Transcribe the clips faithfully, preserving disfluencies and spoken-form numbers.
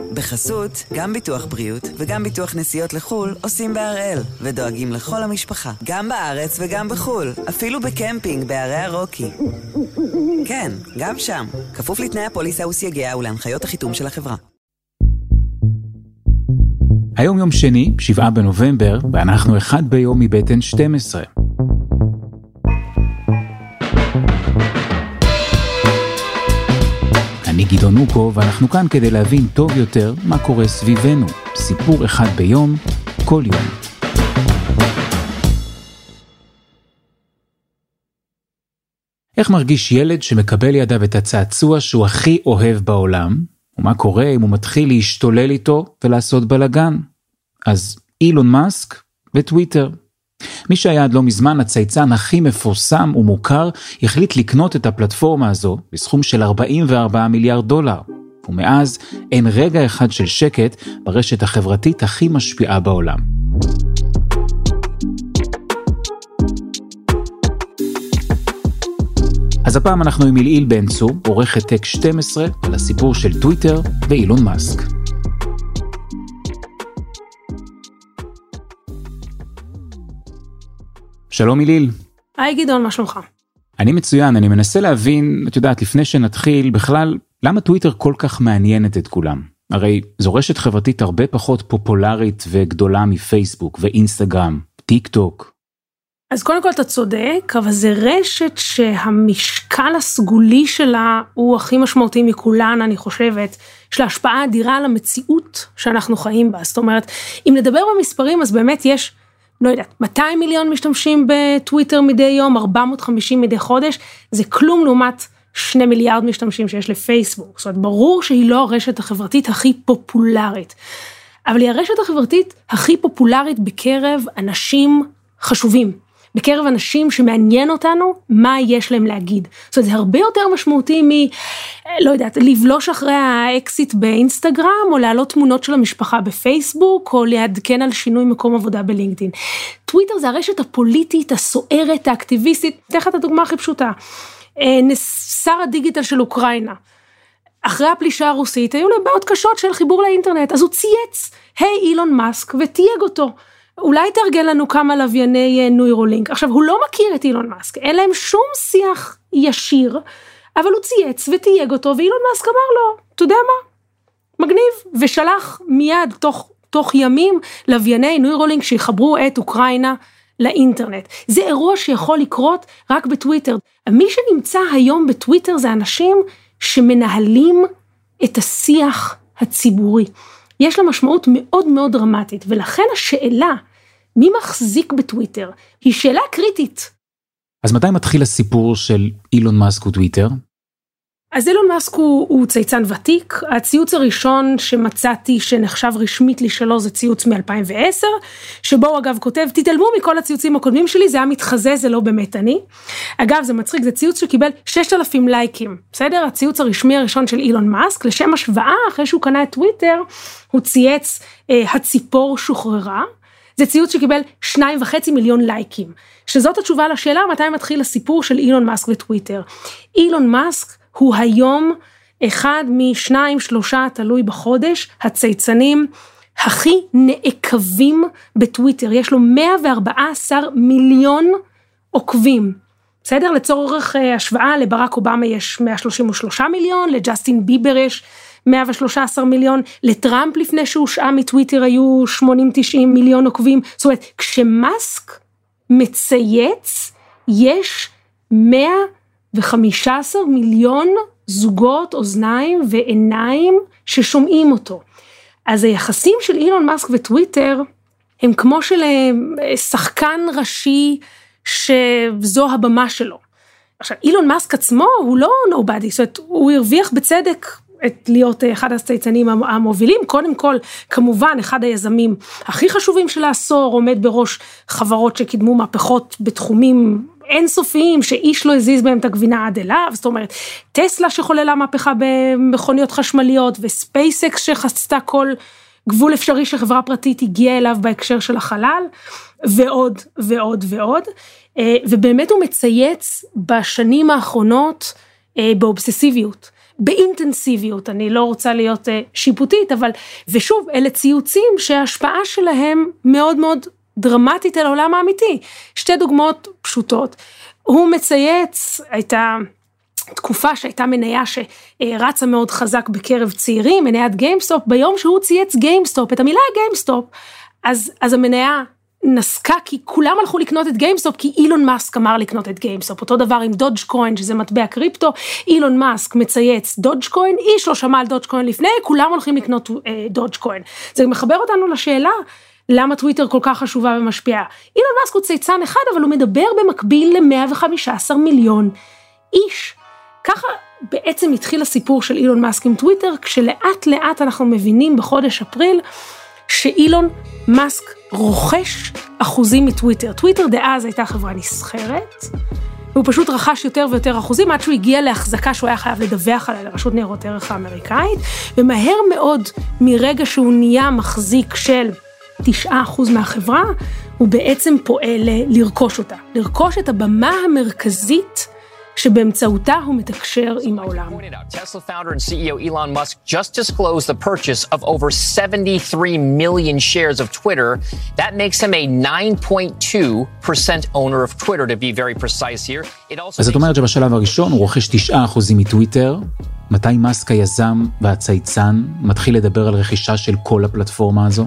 בחסות, גם ביטוח בריאות וגם ביטוח נסיעות לחול עושים בהראל, ודואגים לכל המשפחה, גם בארץ וגם בחול, אפילו בקמפינג בערי הרוקי. כן, גם שם, כפוף לתנאי הפוליסה וסייגיה ולהנחיות החיתום של החברה. היום יום שני, שבעה בנובמבר, ואנחנו אחד ביום מבטן שתים עשרה. אני גדעון נוקו, ואנחנו כאן כדי להבין טוב יותר מה קורה סביבנו. סיפור אחד ביום, כל יום. איך מרגיש ילד שמקבל לידיו את הצעצוע שהוא הכי אוהב בעולם? ומה קורה אם הוא מתחיל להשתולל איתו ולעשות בלגן? אז אילון מאסק וטוויטר. מי שהיה עד לא מזמן הצייצן הכי מפורסם ומוכר, החליט לקנות את הפלטפורמה הזו בסכום של ארבעים וארבעה מיליארד דולר. ומאז אין רגע אחד של שקט ברשת החברתית הכי משפיעה בעולם. אז הפעם אנחנו עם אילאיל בן צור, עורכת טק שתים עשרה, על הסיפור של טוויטר ואילון מאסק. שלום אילאיל. היי גדעון, מה שלומך? אני מצוין, אני מנסה להבין, את יודעת, לפני שנתחיל, בכלל, למה טוויטר כל כך מעניינת את כולם? הרי זו רשת חברתית הרבה פחות פופולרית וגדולה מפייסבוק ואינסטגרם, טיק טוק. אז קודם כל אתה צודק, אבל זה רשת שהמשקל הסגולי שלה הוא הכי משמעותי מכולן, אני חושבת. יש לה השפעה אדירה על המציאות שאנחנו חיים בה. זאת אומרת, אם נדבר במספרים, אז באמת יש, לא יודעת, מאתיים מיליון משתמשים בטוויטר מדי יום, ארבע מאות וחמישים מדי חודש, זה כלום לעומת שני מיליארד משתמשים שיש לפייסבוק. זאת אומרת, ברור שהיא לא הרשת החברתית הכי פופולרית, אבל היא הרשת החברתית הכי פופולרית בקרב אנשים חשובים, בקרב אנשים שמעניין אותנו מה יש להם להגיד. זאת אומרת, זה הרבה יותר משמעותי מ, לא יודעת, לבלוש אחרי האקסיט באינסטגרם, או להעלות תמונות של המשפחה בפייסבוק, או לעדכן על שינוי מקום עבודה בלינקדאין. טוויטר זה הרשת הפוליטית, הסוערת, האקטיביסטית. תכף את הדוגמה הכי פשוטה. שר הדיגיטל של אוקראינה. אחרי הפלישה הרוסית, היו לו בעיות קשות של חיבור לאינטרנט, אז הוא צייץ, היי אילון מאסק, ותייג אותו. אולי תרגל לנו כמה לווייני נוירולינק. עכשיו, הוא לא מכיר את אילון מאסק, אין להם שום שיח ישיר, אבל הוא צייץ ותייג אותו, ואילון מאסק אמר לו, אתה יודע מה? מגניב, ושלח מיד תוך, תוך ימים לווייני נוירולינק שיחברו את אוקראינה לאינטרנט. זה אירוע שיכול לקרות רק בטוויטר. מי שנמצא היום בטוויטר זה אנשים שמנהלים את השיח הציבורי. יש לה משמעות מאוד מאוד דרמטית, ולכן השאלה, מי מחזיק בטוויטר, היא שאלה קריטית. אז מתי מתחיל הסיפור של אילון מאסק וטוויטר? אז אילון מאסק הוא, הוא צייצן ותיק, הציוץ הראשון שמצאתי שנחשב רשמית לי שלו זה ציוץ מ-אלפיים ועשר, שבו הוא אגב כותב, תתעלמו מכל הציוצים הקודמים שלי, זה היה מתחזה, זה לא באמת אני. אגב, זה מצחיק, זה ציוץ שקיבל ששת אלפים לייקים, בסדר? הציוץ הרשמי הראשון של אילון מאסק, לשם השוואה, אחרי שהוא קנה את טוויטר, הוא צייץ אה, הציפור שוחררה, זה ציוץ שקיבל שניים וחצי מיליון לייקים, שזאת התשובה לשאלה מתי מתחיל הסיפור של אילון מאסק וטוויטר. אילון מאסק הוא היום אחד משניים, שלושה, תלוי בחודש, הצייצנים הכי נעקבים בטוויטר. יש לו מאה וארבעה עשר מיליון עוקבים. בסדר? לצורך השוואה, לברק אובמה יש מאה שלושים ושלושה מיליון, לג'סטין ביבר יש מאה ושלושה עשר מיליון, לטראמפ לפני שהוא שעה מטוויטר היו שמונים תשעים מיליון עוקבים. זאת אומרת, כשמאסק מצייץ, יש מאה וחמישה עשר מיליון זוגות אוזניים ועיניים ששומעים אותו. אז היחסים של אילון מאסק וטוויטר הם כמו של שחקן ראשי שזו הבמה שלו. עכשיו, אילון מאסק עצמו הוא לא nobody, זאת אומרת, הוא הרוויח בצדק את להיות אחד הצייצנים המובילים, קודם כל, כמובן, אחד היזמים הכי חשובים של העשור, עומד בראש חברות שקידמו מהפכות בתחומים אינסופיים, שאיש לא הזיז בהם את הגבינה עד אליו, זאת אומרת, טסלה שחוללה מהפכה במכוניות חשמליות, וספייסקס שחצתה כל גבול אפשרי שחברה פרטית הגיעה אליו בהקשר של החלל, ועוד ועוד ועוד, ובאמת הוא מצייץ בשנים האחרונות באובססיביות, באינטנסיביות, אני לא רוצה להיות שיפוטית, אבל, ושוב, אלה ציוצים שההשפעה שלהם מאוד מאוד דרמטית על העולם האמיתי. שתי דוגמאות פשוטות. הוא מצייץ, הייתה תקופה שהייתה מניה שרצה מאוד חזק בקרב צעירים, מניית גיימסטופ, ביום שהוא צייץ גיימסטופ, את המילה גיימסטופ, אז, אז המניה נסקה, כי כולם הלכו לקנות את גיימסטופ, כי אילון מאסק אמר לקנות את גיימסטופ, אותו דבר עם דודג' קוין, שזה מטבע קריפטו, אילון מאסק מצייץ דודג' קוין, איש לא שמע על דודג' קוין לפני, כולם הולכים לקנות אה, דודג' קוין. זה מחבר אותנו לשאלה, למה טוויטר כל כך חשובה ומשפיעה. אילון מאסק הוא צייצן אחד, אבל הוא מדבר במקביל ל-מאה וחמישה עשר מיליון איש. ככה בעצם התחיל הסיפור של אילון מאסק עם טוויטר, כשלאט לאט אנחנו מבינים בחודש אפריל, שאילון מאסק רוכש אחוזים מטוויטר. טוויטר דאז הייתה חברה נסחרת, והוא פשוט רכש יותר ויותר אחוזים, עד שהוא הגיע להחזקה שהוא היה חייב לדווח עליה לרשות ניירות ערך האמריקאית, ומהר מאוד מרגע שהוא נהיה מחזיק של תשעה אחוז מהחברה, הוא בעצם פועל לרכוש אותה. לרכוש את הבמה המרכזית שבאמצעותה הוא מתקשר עם העולם. Tesla founder and C E O Elon Musk just disclosed the purchase of over seventy-three million shares of Twitter. That makes him a nine point two percent owner of Twitter, to be very precise here. It also אז זאת אומרת שבשלב הראשון הוא רוכש תשעה אחוזים מטוויטר. מתי מאסק היזם והצייצן מתחיל לדבר על רכישה של כל הפלטפורמה הזו?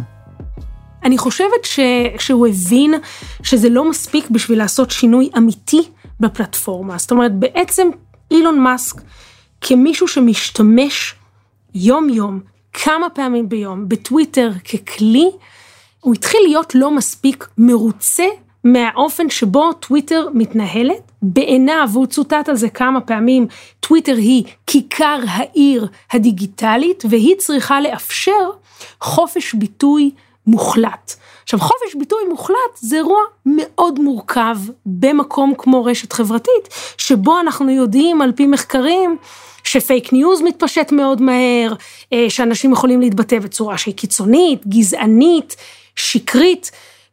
אני חושבת שכשהוא הבין שזה לא מספיק בשביל לעשות שינוי אמיתי בפלטפורמה. זאת אומרת, בעצם אילון מאסק, כמישהו שמשתמש יום יום, כמה פעמים ביום, בטוויטר ככלי, הוא התחיל להיות לא מספיק מרוצה מהאופן שבו טוויטר מתנהלת. בעיניו, והוא צוטט על זה כמה פעמים, טוויטר היא כיכר העיר הדיגיטלית, והיא צריכה לאפשר חופש ביטוי מוחלט. עכשיו, חופש ביטוי מוחלט זה אירוע מאוד מורכב במקום כמו רשת חברתית, שבו אנחנו יודעים על פי מחקרים שפייק ניוז מתפשט מאוד מהר, שאנשים יכולים להתבטא בצורה שהיא קיצונית, גזענית, שקרית,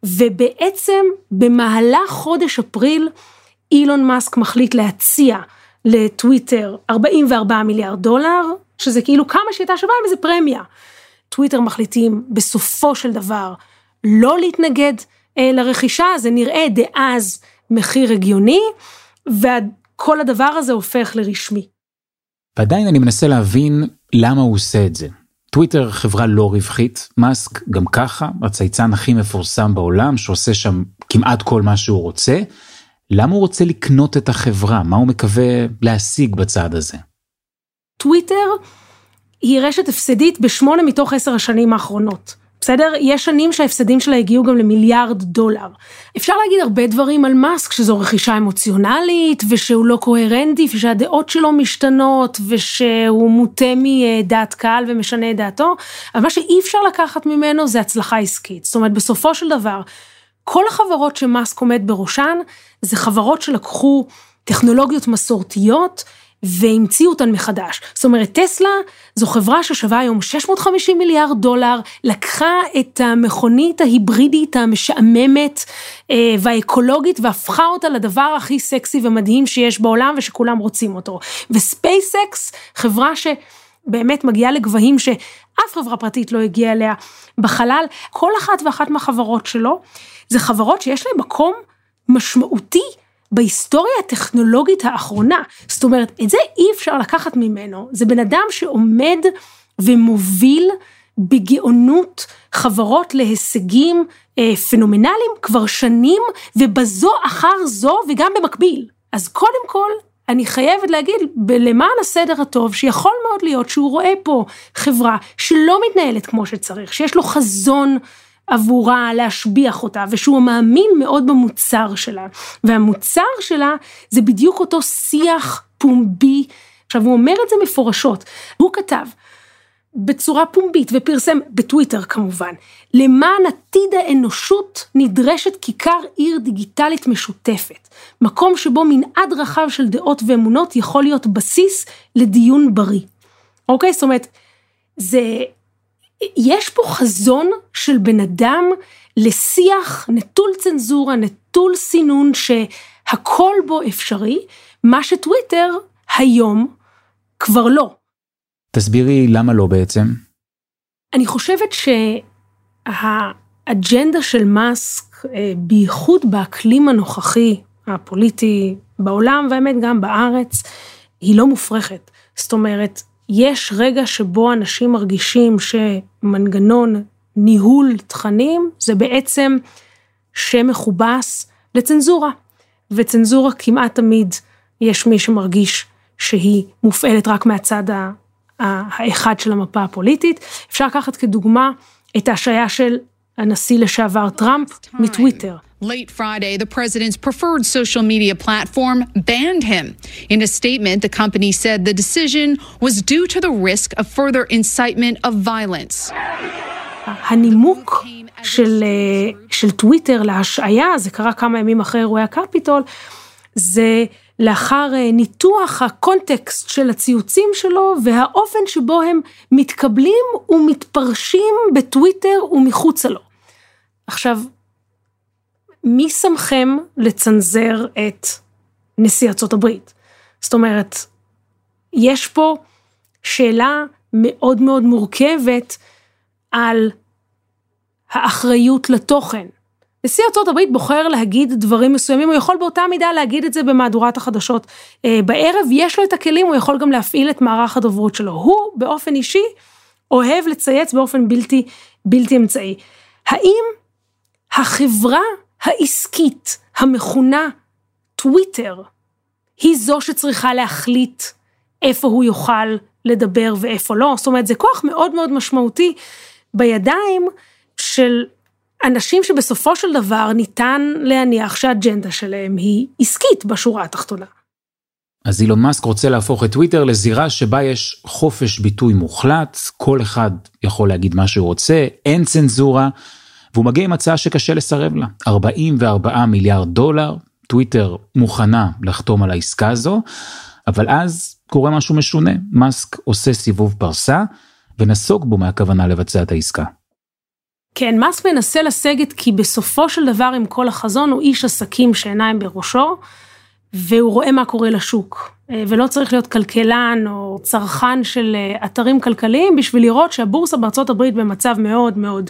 ובעצם במהלך חודש אפריל, אילון מאסק מחליט להציע לטוויטר ארבעים וארבעה מיליארד דולר, שזה כאילו כמה שהייתה שווה עם איזה פרמיה. טוויטר מחליטים בסופו של דבר לא להתנגד אה, לרכישה, זה נראה דאז מחיר הגיוני, וכל הדבר הזה הופך לרשמי. ועדיין אני מנסה להבין למה הוא עושה את זה. טוויטר חברה לא רווחית, מאסק גם ככה, הצייצן הכי מפורסם בעולם, שעושה שם כמעט כל מה שהוא רוצה, למה הוא רוצה לקנות את החברה? מה הוא מקווה להשיג בצעד הזה? טוויטר היא רשת הפסדית בשמונה מתוך עשר השנים האחרונות. בסדר? יש שנים שההפסדים שלה הגיעו גם למיליארד דולר. אפשר להגיד הרבה דברים על מאסק, שזו רכישה אמוציונלית, ושהוא לא קוהרנטי, ושהדעות שלו משתנות, ושהוא מוטה מדעת קהל ומשנה את דעתו, אבל מה שאי אפשר לקחת ממנו זה הצלחה עסקית. זאת אומרת, בסופו של דבר, כל החברות שמאסק עומד בראשן, זה חברות שלקחו טכנולוגיות מסורתיות, והמציאו אותן מחדש. זאת אומרת, טסלה זו חברה ששווה היום שש מאות וחמישים מיליארד דולר, לקחה את המכונית ההיברידית המשעממת והאקולוגית, והפכה אותה לדבר הכי סקסי ומדהים שיש בעולם, ושכולם רוצים אותו. וספייסקס, חברה שבאמת מגיעה לגבהים שאף חברה פרטית לא הגיעה אליה בחלל, כל אחת ואחת מהחברות שלו, זה חברות שיש להן מקום משמעותי, בהיסטוריה הטכנולוגית האחרונה. זאת אומרת, את זה אי אפשר לקחת ממנו. זה בן אדם שעומד ומוביל בגאונות חברות להישגים אה, פנומנליים כבר שנים, ובזו אחר זו וגם במקביל. אז קודם כל, אני חייבת להגיד, למען הסדר הטוב, שיכול מאוד להיות שהוא רואה פה חברה שלא מתנהלת כמו שצריך, שיש לו חזון עבורה להשביח אותה, ושהוא מאמין מאוד במוצר שלה, והמוצר שלה זה בדיוק אותו שיח פומבי. עכשיו הוא אומר את זה מפורשות, הוא כתב בצורה פומבית ופרסם בטוויטר כמובן, למען עתיד האנושות נדרשת כיכר עיר דיגיטלית משותפת, מקום שבו מנעד רחב של דעות ואמונות יכול להיות בסיס לדיון בריא. אוקיי, זאת אומרת, זה יש פה חזון של בן אדם לשיח נטול צנזורה, נטול סינון, שהכל בו אפשרי, מה שטוויטר היום כבר לא. תסבירי למה לא בעצם. אני חושבת שהאג'נדה של מאסק, בייחוד באקלים הנוכחי, הפוליטי בעולם, והאמת גם בארץ, היא לא מופרכת. זאת אומרת, יש רגע שבו אנשים מרגישים שמנגנון ניהול תכנים, זה בעצם שמחובס לצנזורה. וצנזורה כמעט תמיד יש מי שמרגיש שהיא מופעלת רק מהצד האחד של המפה הפוליטית. אפשר לקחת כדוגמה את ההשעיה של הנשיא לשעבר טראמפ מטוויטר. Late Friday, the president's preferred social media platform banned him. In a statement, the company said the decision was due to the risk of further incitement of violence. הנימוק של, של טוויטר להשעיה, זה קרה כמה ימים אחרי אירועי הקפיטול, זה לאחר ניתוח הקונטקסט של הציוצים שלו, והאופן שבו הם מתקבלים ומתפרשים בטוויטר ומחוצה לו. עכשיו, מי שמכם לצנזר את נשיא ארצות הברית? זאת אומרת, יש פה שאלה מאוד מאוד מורכבת על האחריות לתוכן. נשיא ארצות הברית בוחר להגיד דברים מסוימים, הוא יכול באותה מידה להגיד את זה במהדורת החדשות בערב, יש לו את הכלים, הוא יכול גם להפעיל את מערך הדוברות שלו. הוא באופן אישי אוהב לצייץ באופן בלתי, בלתי אמצעי. האם החברה העסקית המכונה טוויטר, היא זו שצריכה להחליט איפה הוא יוכל לדבר ואיפה לא? זאת אומרת, זה כוח מאוד מאוד משמעותי בידיים של אנשים שבסופו של דבר ניתן להניח שהאג'נדה שלהם היא עסקית בשורה התחתונה. אז אילון מאסק רוצה להפוך את טוויטר לזירה שבה יש חופש ביטוי מוחלט, כל אחד יכול להגיד מה שהוא רוצה, אין צנזורה, והוא מגיע עם הצעה שקשה לסרב לה. ארבעים וארבעה מיליארד דולר, טוויטר מוכנה לחתום על העסקה הזו, אבל אז קורה משהו משונה. מאסק עושה סיבוב פרסה, ונסוג בו מהכוונה לבצע את העסקה. כן, מאסק מנסה לסגת, כי בסופו של דבר עם כל החזון, הוא איש עסקים שעיניים בראשו, והוא רואה מה קורה לשוק. ולא צריך להיות כלכלן או צרכן של אתרים כלכליים, בשביל לראות שהבורסה בארצות הברית במצב מאוד מאוד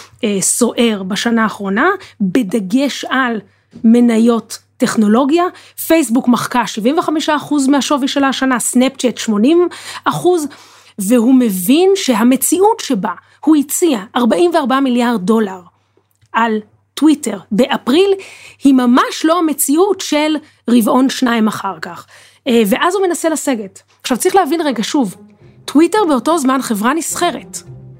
סוער בשנה האחרונה, בדגש על מניות טכנולוגיה. פייסבוק מחקה שבעים וחמישה אחוז מהשווי שלה השנה, סנאפצ'אט שמונים אחוז, והוא מבין שהמציאות שבה הוא הציע ארבעים וארבעה מיליארד דולר על טוויטר באפריל, היא ממש לא המציאות של רבעון שניים אחר כך. ואז הוא מנסה לסגת. עכשיו צריך להבין רגע שוב, טוויטר באותו זמן חברה נסחרת.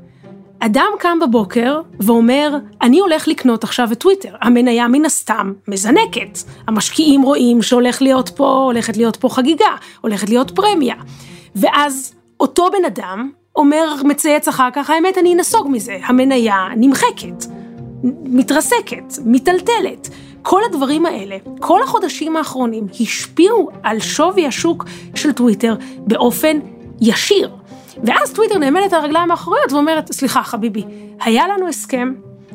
אדם קם בבוקר ואומר, אני הולך לקנות עכשיו את טוויטר. המניה מן הסתם מזנקת. המשקיעים רואים שהולך להיות פה, הולכת להיות פה חגיגה, הולכת להיות פרמיה. ואז אותו בן אדם אומר, מצייץ אחר כך, האמת אני נסוג מזה. המניה נמחקת, מתרסקת, מטלטלת. כל הדברים האלה, כל החודשים האחרונים, השפיעו על שווי השוק של טוויטר באופן ישיר. ואז טוויטר נעמדת על הרגליים האחוריות ואומרת, סליחה חביבי, היה לנו הסכם,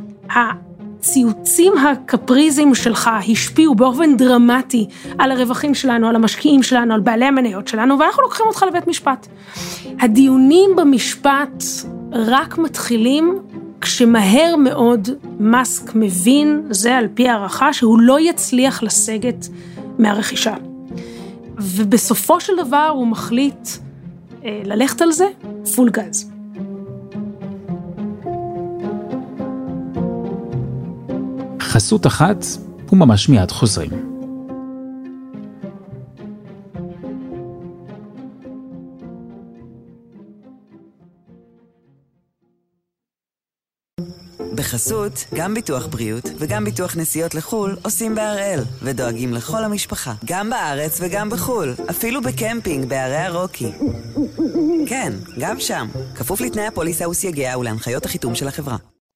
הציוצים הקפריזים שלך השפיעו באופן דרמטי על הרווחים שלנו, על המשקיעים שלנו, על בעלי המניות שלנו, ואנחנו לוקחים אותך לבית משפט. הדיונים במשפט רק מתחילים כשמהר מאוד מאסק מבין, זה על פי הערכה, שהוא לא יצליח לסגת מהרכישה. ובסופו של דבר הוא מחליט אה, ללכת על זה, פול גז. חסות אחת, וממש מיד חוזרים. בחסות, גם ביטוח בריאות וגם ביטוח נסיעות לחול עושים בהראל, ודואגים לכל המשפחה, גם בארץ וגם בחול, אפילו בקמפינג בערי הרוקי. כן, גם שם, כפוף לתנאי הפוליסה וסייגיה ולהנחיות החיתום של החברה.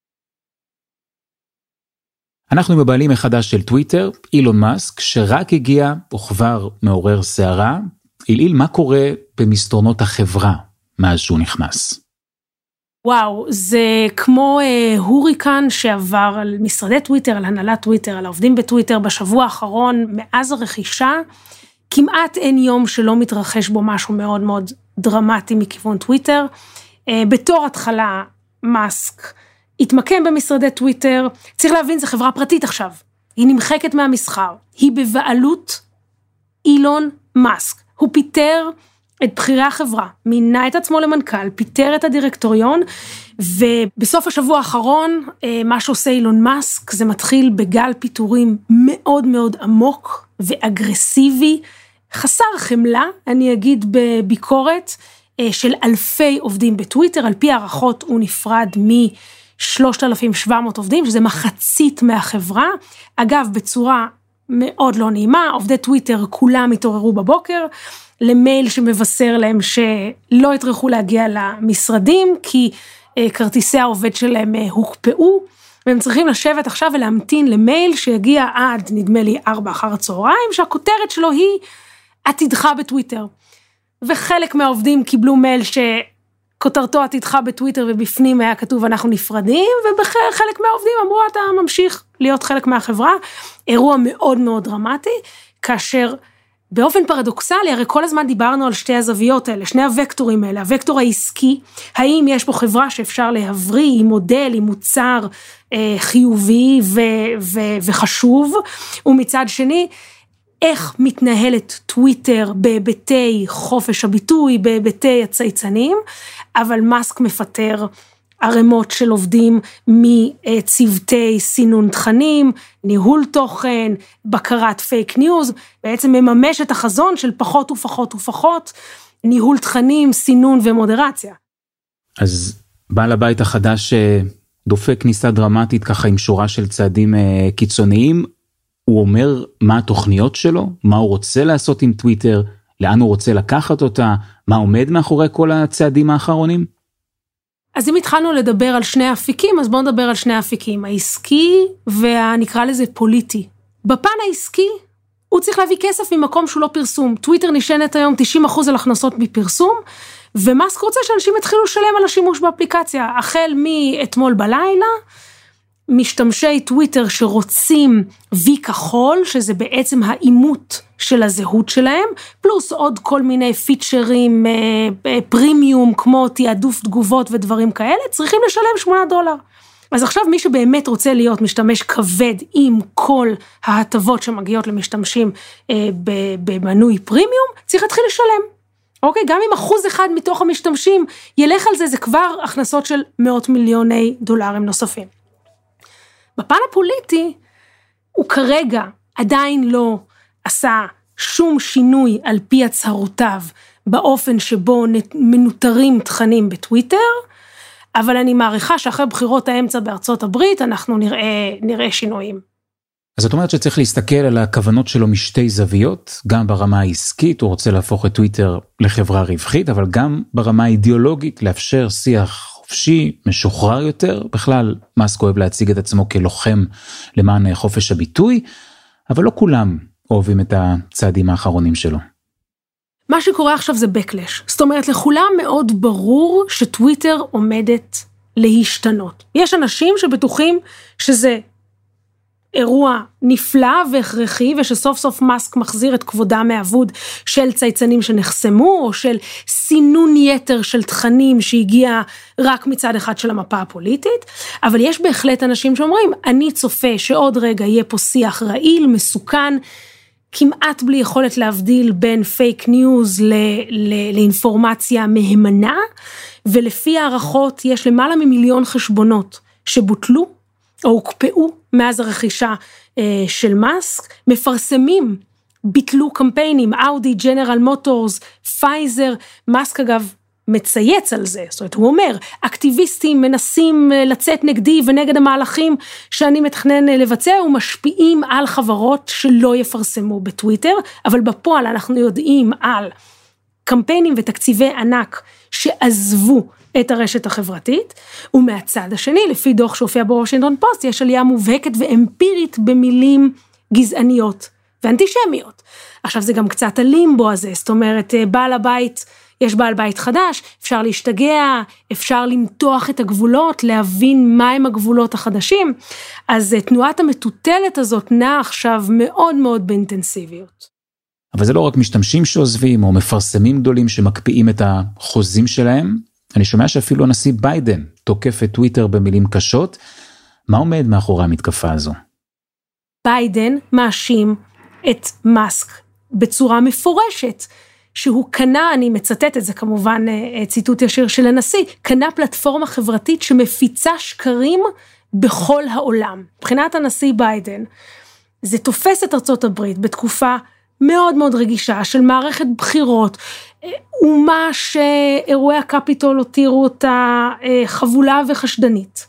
אנחנו מבעלים מחדש של טוויטר, אילון מאסק, שרק הגיע וכבר מעורר שערה. איליל, מה קורה במסדרונות החברה מאז שהוא נכנס? וואו, זה כמו אה, הוריקן שעבר על משרדי טוויטר, על הנהלת טוויטר, על העובדים בטוויטר בשבוע האחרון, מאז הרכישה, כמעט אין יום שלא מתרחש בו משהו מאוד מאוד דרמטי מכיוון טוויטר. בתור התחלה, מאסק התמקם במשרדי טוויטר, צריך להבין, זו חברה פרטית עכשיו, היא נמחקת מהמסחר, היא בבעלות אילון מאסק, הוא פיטר את בחירי החברה, מינה את עצמו למנכ"ל, פיטר את הדירקטוריון, ובסוף השבוע האחרון, מה שעושה אילון מאסק, זה מתחיל בגל פיטורים מאוד מאוד עמוק ואגרסיבי, חסר חמלה, אני אגיד בביקורת, של אלפי עובדים בטוויטר, על פי הערכות הוא נפרד מ-שלושת אלפים שבע מאות עובדים, שזה מחצית מהחברה, אגב בצורה מאוד לא נעימה, עובדי טוויטר כולם התעוררו בבוקר, למייל שמבשר להם שלא יטרחו להגיע למשרדים, כי כרטיסי העובד שלהם הוקפאו, והם צריכים לשבת עכשיו ולהמתין למייל שיגיע עד, נדמה לי, ארבע אחר הצהריים, שהכותרת שלו היא עתידך בטוויטר. וחלק מהעובדים קיבלו מייל שכותרתו עתידך בטוויטר, ובפנים היה כתוב אנחנו נפרדים, ובחלק מהעובדים אמרו אתה ממשיך להיות חלק מהחברה, אירוע מאוד מאוד דרמטי, כאשר באופן פרדוקסלי, הרי כל הזמן דיברנו על שתי הזוויות האלה, שני הוקטורים האלה, הוקטור העסקי, האם יש פה חברה שאפשר להבריא, עם מודל, עם מוצר אה, חיובי ו- ו- וחשוב, ומצד שני, איך מתנהלת טוויטר בהיבטי חופש הביטוי, בהיבטי הצייצנים, אבל מאסק מפטר ערימות של עובדים מצוותי סינון תכנים, ניהול תוכן, בקרת פייק ניוז, בעצם מממש את החזון של פחות ופחות ופחות, ניהול תכנים, סינון ומודרציה. אז בעל הבית החדש דופק כניסה דרמטית ככה עם שורה של צעדים קיצוניים, הוא אומר מה התוכניות שלו, מה הוא רוצה לעשות עם טוויטר, לאן הוא רוצה לקחת אותה, מה עומד מאחורי כל הצעדים האחרונים? אז אם התחלנו לדבר על שני אפיקים, אז בואו נדבר על שני אפיקים, העסקי והנקרא לזה פוליטי. בפן העסקי, הוא צריך להביא כסף ממקום שהוא לא פרסום. טוויטר נשענת היום תשעים אחוז על הכנסות מפרסום, ומאסק רוצה שאנשים יתחילו לשלם על השימוש באפליקציה. החל מאתמול בלילה, משתמשי טוויטר שרוצים וי כחול, שזה בעצם האימות של הזהות שלהם, פלוס עוד כל מיני פיצ'רים, פרימיום, כמו תיעדוף תגובות ודברים כאלה, צריכים לשלם שמונה דולר. אז עכשיו מי שבאמת רוצה להיות משתמש כבד עם כל ההטבות שמגיעות למשתמשים במנוי פרימיום, צריך להתחיל לשלם. אוקיי, גם אם אחוז אחד מתוך המשתמשים ילך על זה, זה כבר הכנסות של מאות מיליוני דולרים נוספים. בפן הפוליטי, הוא כרגע עדיין לא עשה שום שינוי על פי הצהרותיו, באופן שבו מנותרים תכנים בטוויטר, אבל אני מעריכה שאחרי בחירות האמצע בארצות הברית, אנחנו נראה, נראה שינויים. אז את אומרת שצריך להסתכל על הכוונות שלו משתי זוויות, גם ברמה העסקית, הוא רוצה להפוך את טוויטר לחברה רווחית, אבל גם ברמה האידיאולוגית, לאפשר שיח חופשי, משוחרר יותר, בכלל מאסק אוהב להציג את עצמו כלוחם למען חופש הביטוי, אבל לא כולם אוהבים את הצעדים האחרונים שלו. מה שקורה עכשיו זה בקלש, זאת אומרת לכולם מאוד ברור שטוויטר עומדת להשתנות. יש אנשים שבטוחים שזה אירוע נפלא והכרחי, ושסוף סוף מאסק מחזיר את כבודם מהאבוד של צייצנים שנחסמו, או של סינון יתר של תכנים שהגיע רק מצד אחד של המפה הפוליטית, אבל יש בהחלט אנשים שאומרים, אני צופה שעוד רגע יהיה פה שיח רעיל, מסוכן, כמעט בלי יכולת להבדיל בין פייק ניוז ל- ל- לאינפורמציה מהימנה, ולפי הערכות יש למעלה ממיליון חשבונות שבוטלו, או הוקפאו מאז הרכישה אה, של מאסק, מפרסמים, ביטלו קמפיינים, אאודי, ג'נרל מוטורס, פייזר, מאסק אגב מצייץ על זה, זאת אומרת הוא אומר, אקטיביסטים מנסים לצאת נגדי ונגד המהלכים שאני מתכנן לבצע, ומשפיעים על חברות שלא יפרסמו בטוויטר, אבל בפועל אנחנו יודעים על קמפיינים ותקציבי ענק שעזבו את הרשת החברתית, ומהצד השני, לפי דוח שהופיע בוושינגטון פוסט, יש עלייה מובהקת ואמפירית במילים גזעניות ואנטישמיות. עכשיו זה גם קצת הלימבו הזה, זאת אומרת, בעל הבית, יש בעל בית חדש, אפשר להשתגע, אפשר למתוח את הגבולות, להבין מהם הגבולות החדשים, אז תנועת המטוטלת הזאת נעה עכשיו מאוד מאוד באינטנסיביות. אבל זה לא רק משתמשים שעוזבים או מפרסמים גדולים שמקפיאים את החוזים שלהם. אני שומע שאפילו הנשיא ביידן תוקף את טוויטר במילים קשות. מה עומד מאחורי המתקפה הזו? ביידן מאשים את מאסק בצורה מפורשת, שהוא קנה, אני מצטט את זה כמובן ציטוט ישיר של הנשיא, קנה פלטפורמה חברתית שמפיצה שקרים בכל העולם. מבחינת הנשיא ביידן, זה תופס את ארצות הברית בתקופה מאוד מאוד רגישה של מערכת בחירות, אומה שאירועי הקפיטול הותירו אותה חבולה וחשדנית.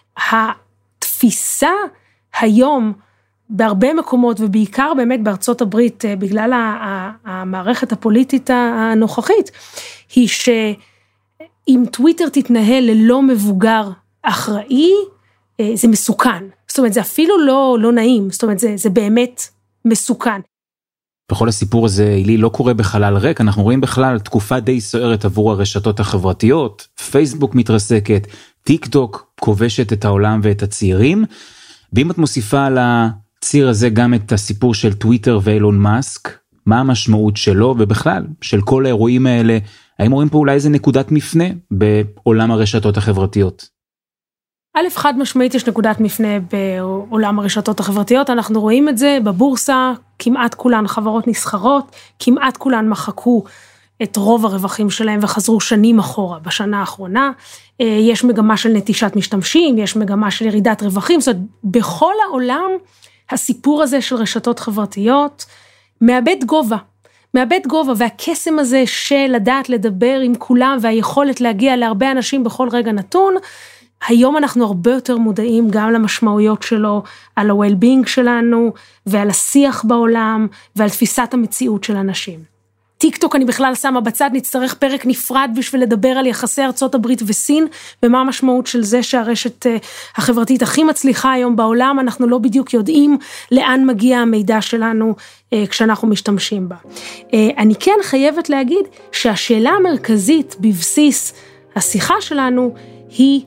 התפיסה היום בהרבה מקומות, ובעיקר באמת בארצות הברית, בגלל המערכת הפוליטית הנוכחית, היא שאם טוויטר תתנהל ללא מבוגר אחראי, זה מסוכן. זאת אומרת, זה אפילו לא, לא נעים, זאת אומרת, זה, זה באמת מסוכן. בכל הסיפור הזה, אילי, לא קורה בחלל ריק, אנחנו רואים בכלל תקופה די סוערת עבור הרשתות החברתיות, פייסבוק מתרסקת, טיק טוק כובשת את העולם ואת הצעירים, ואם את מוסיפה על הציר הזה גם את הסיפור של טוויטר ואילון מאסק, מה המשמעות שלו ובכלל של כל האירועים האלה, האם רואים פה אולי איזה נקודת מפנה בעולם הרשתות החברתיות? א', חד משמעית יש נקודת מפנה בעולם הרשתות החברתיות, אנחנו רואים את זה בבורסה, כמעט כולן חברות נסחרות, כמעט כולן מחקו את רוב הרווחים שלהם וחזרו שנים אחורה בשנה האחרונה, יש מגמה של נטישת משתמשים, יש מגמה של ירידת רווחים, זאת אומרת, בכל העולם הסיפור הזה של רשתות חברתיות מאבד גובה, מאבד גובה, והקסם הזה של לדעת לדבר עם כולם והיכולת להגיע להרבה אנשים בכל רגע נתון, היום אנחנו הרבה יותר מודעים גם למשמעויות שלו, על ה-well-being שלנו, ועל השיח בעולם, ועל תפיסת המציאות של אנשים. טיק טוק אני בכלל שמה בצד, נצטרך פרק נפרד בשביל לדבר על יחסי ארצות הברית וסין, ומה המשמעות של זה שהרשת החברתית הכי מצליחה היום בעולם, אנחנו לא בדיוק יודעים לאן מגיע המידע שלנו כשאנחנו משתמשים בה. אני כן חייבת להגיד שהשאלה המרכזית בבסיס השיחה שלנו היא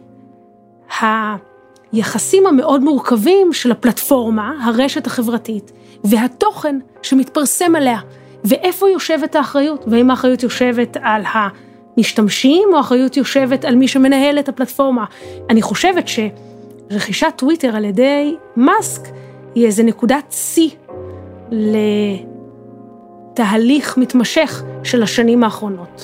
היחסים המאוד מורכבים של הפלטפורמה, הרשת החברתית, והתוכן שמתפרסם עליה, ואיפה יושבת האחריות, והאם האחריות יושבת על המשתמשים, או האחריות יושבת על מי שמנהל את הפלטפורמה. אני חושבת שרכישת טוויטר על ידי מאסק, היא איזה נקודת שיא לתהליך מתמשך של השנים האחרונות.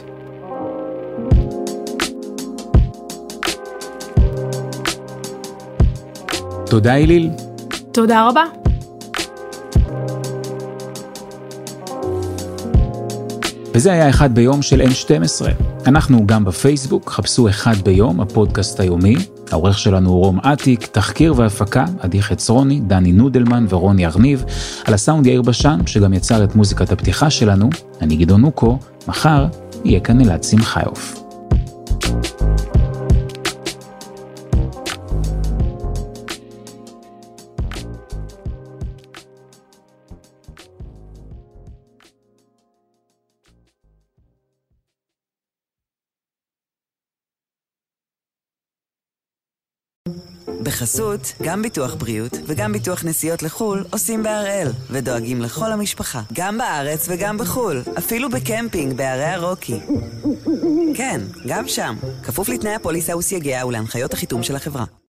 תודה איליל. תודה רבה. וזה היה אחד ביום של אן שתים עשרה. אנחנו גם בפייסבוק, חפשו אחד ביום, הפודקאסט היומי. העורך שלנו הוא רום עתיק, תחקיר והפקה, עדי חצרוני, דני נודלמן ורוני ארניב, על הסאונד יאיר בשן, שגם יצר את מוזיקת הפתיחה שלנו. אני גדעון נוקו, מחר יהיה כאן אלעד שמחיוף. בחסות, גם ביטוח בריאות וגם ביטוח נסיעות לחול עושים בהראל ודואגים לכל המשפחה, גם בארץ וגם בחול, אפילו בקמפינג בערי הרוקי. כן, גם שם, כפוף לתנאי הפוליסה וסייגיה ולהנחיות החיתום של החברה.